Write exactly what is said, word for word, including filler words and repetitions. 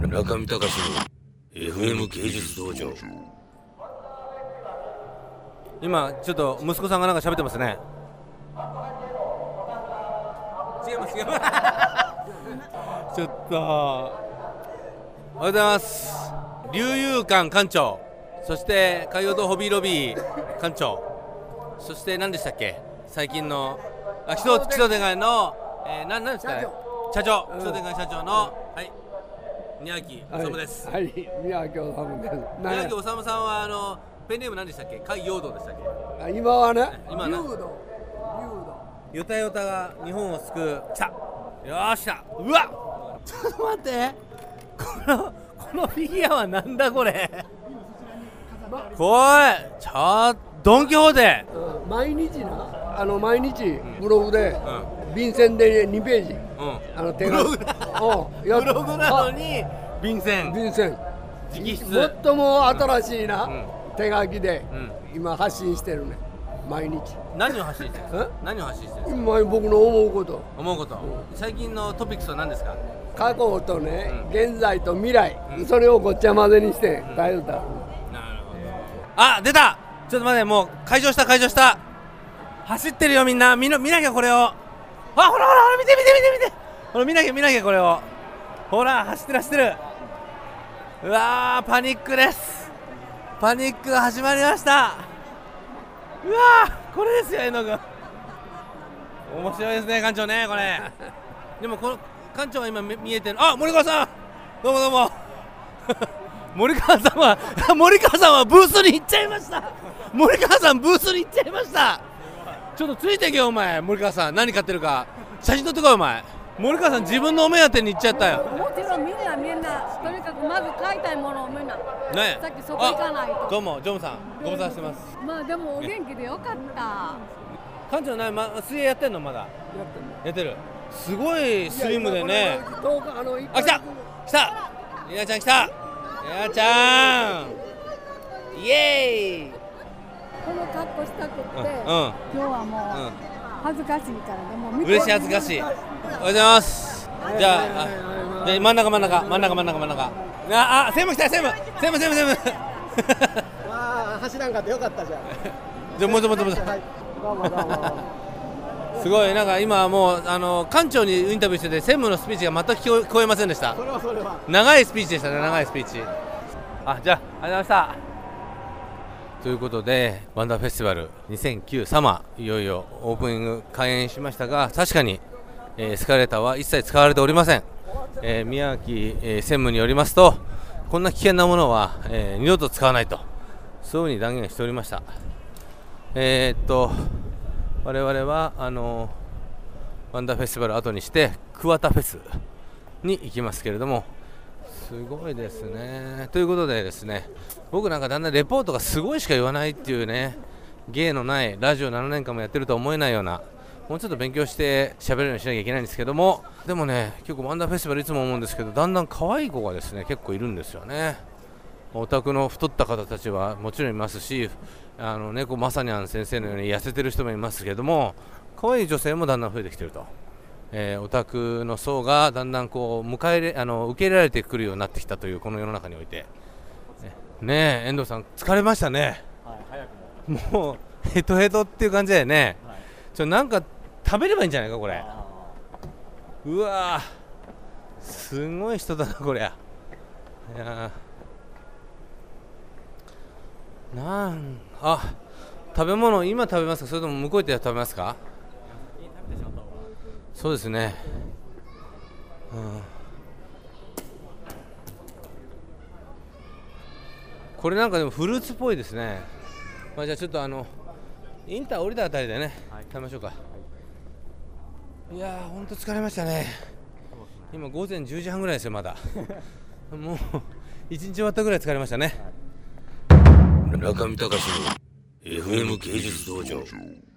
中見隆の エフエム 芸術道場。今ちょっと息子さんがなんか喋ってますね。違います違いますちょっとおはようございます。龍遊館館長、そして海洋堂ホビーロビー館長、そして何でしたっけ、最近のあ基礎基礎電外の、えー、な何ですかね、社長、基礎電外社長の、はい、宮城治です。 はい、はい、宮城治です。 宮城治さんはあのペンネーム何でしたっけ、海洋堂でしたっけ。 今はね、 今龍道道よたよたが日本を救う。来た、よーし来た。うわっ、ちょっと待って、このこのフィギュアはなんだこれこれちょっとドン・キホーテ、 うん、毎日な、あの毎日ブログで、うん、便箋でにページ、うん、あの手ブログなブログなのに便箋便箋直筆、 最も新しいな、うん、手書きで、うん、今発信してるね、毎日。 何を発信してるんですか。何を発信してるんですか。 今僕の思うこと思うこと、うん、最近のトピックスは何ですか。 過去とね、うん、現在と未来、うん、それをごっちゃ混ぜにして伝えた、うん、なるほど。 あ、出た、ちょっと待って、もう開場した開場した、走ってるよみんな、みんな見なきゃこれを。あ、ほらほらほら、見て見て見て見て、ほら見なきゃ見なきゃこれを、ほら走ってる走ってる。うわー、パニックです、パニックが始まりました。うわー、これですよ、遠藤君。面白いですね館長ね、これでもこの館長が今見えてる、あ、森川さん、どうもどうも森川さんは森川さんはブースに行っちゃいました。森川さんブースに行っちゃいました。ちょっとついてけよお前。森川さん何買ってるか写真撮ってこいお前。森川さん自分のお目当てに行っちゃったよ。 もちろんみんなみんなとにかくまず買いたいものをみんな、ね、さっきそこ行かないと。 どうもジョムさんご無沙汰してます。 まあでもお元気でよかった。 館長な、ま、水泳やってんのまだ。やってる。やってる。すごいスリムでね。あ、来た来た、りなちゃん来た、りなちゃんイエーイ。 この格好したくって、うん、今日はもう、うん、恥ずかしいからでも見て嬉しい恥ずかしい。おはようございます。じゃあ、あ、じゃあ真ん中真ん中真ん中真ん中真ん中。ああ、専務来た、専務専務専務専務ああ、走らんかってよかったじゃん。 じゃあもうちょっともうちょっと、はい、どうもどうもすごい、なんか今もうあの館長にインタビューしてて専務のスピーチが全く聞こえませんでした。 それはそれは長いスピーチでしたね、長いスピーチ。あ、じゃあありがとうございました。ということでワンダーフェスティバルにせんきゅうサマー、いよいよオープニング開演しましたが、確かに、えー、エスカレーターは一切使われておりません。えー、宮城、えー、専務によりますと、こんな危険なものは、えー、二度と使わないと、そういうふうに断言しておりました。えー、っと我々はあのワンダーフェスティバル後にして桑田フェスに行きますけれども、すごいですね。ということでですね、僕なんかだんだんレポートがすごいしか言わないっていうね、芸のないラジオななねんかんもやってると思えないような、もうちょっと勉強して喋るようにしなきゃいけないんですけども、でもね、結構ワンダーフェスティバルいつも思うんですけど、だんだん可愛い子がですね結構いるんですよね。オタクの太った方たちはもちろんいますし、あの猫まさにゃん先生のように痩せてる人もいますけども、可愛い女性もだんだん増えてきてると、えー、オタクの層がだんだんこう迎え入れあの受け入れられてくるようになってきたというこの世の中において、ねえ遠藤さん疲れましたね。 はい、早くももうヘトヘトっていう感じだよね。はい、ちょなんか食べればいいんじゃないかこれ。うわー、すごい人だなこれ。いやなんあ食べ物今食べますか、それとも向こう行って食べますか。そうですね、うん、これなんかでもフルーツっぽいですね。まあ、じゃあちょっとあのインター降りたあたりでね、はい、食べましょうか。いやーほんと疲れましたね。今午前じゅうじはんぐらいですよまだもういちにち終わったぐらい疲れましたね。中見隆の エフエム 芸術道場。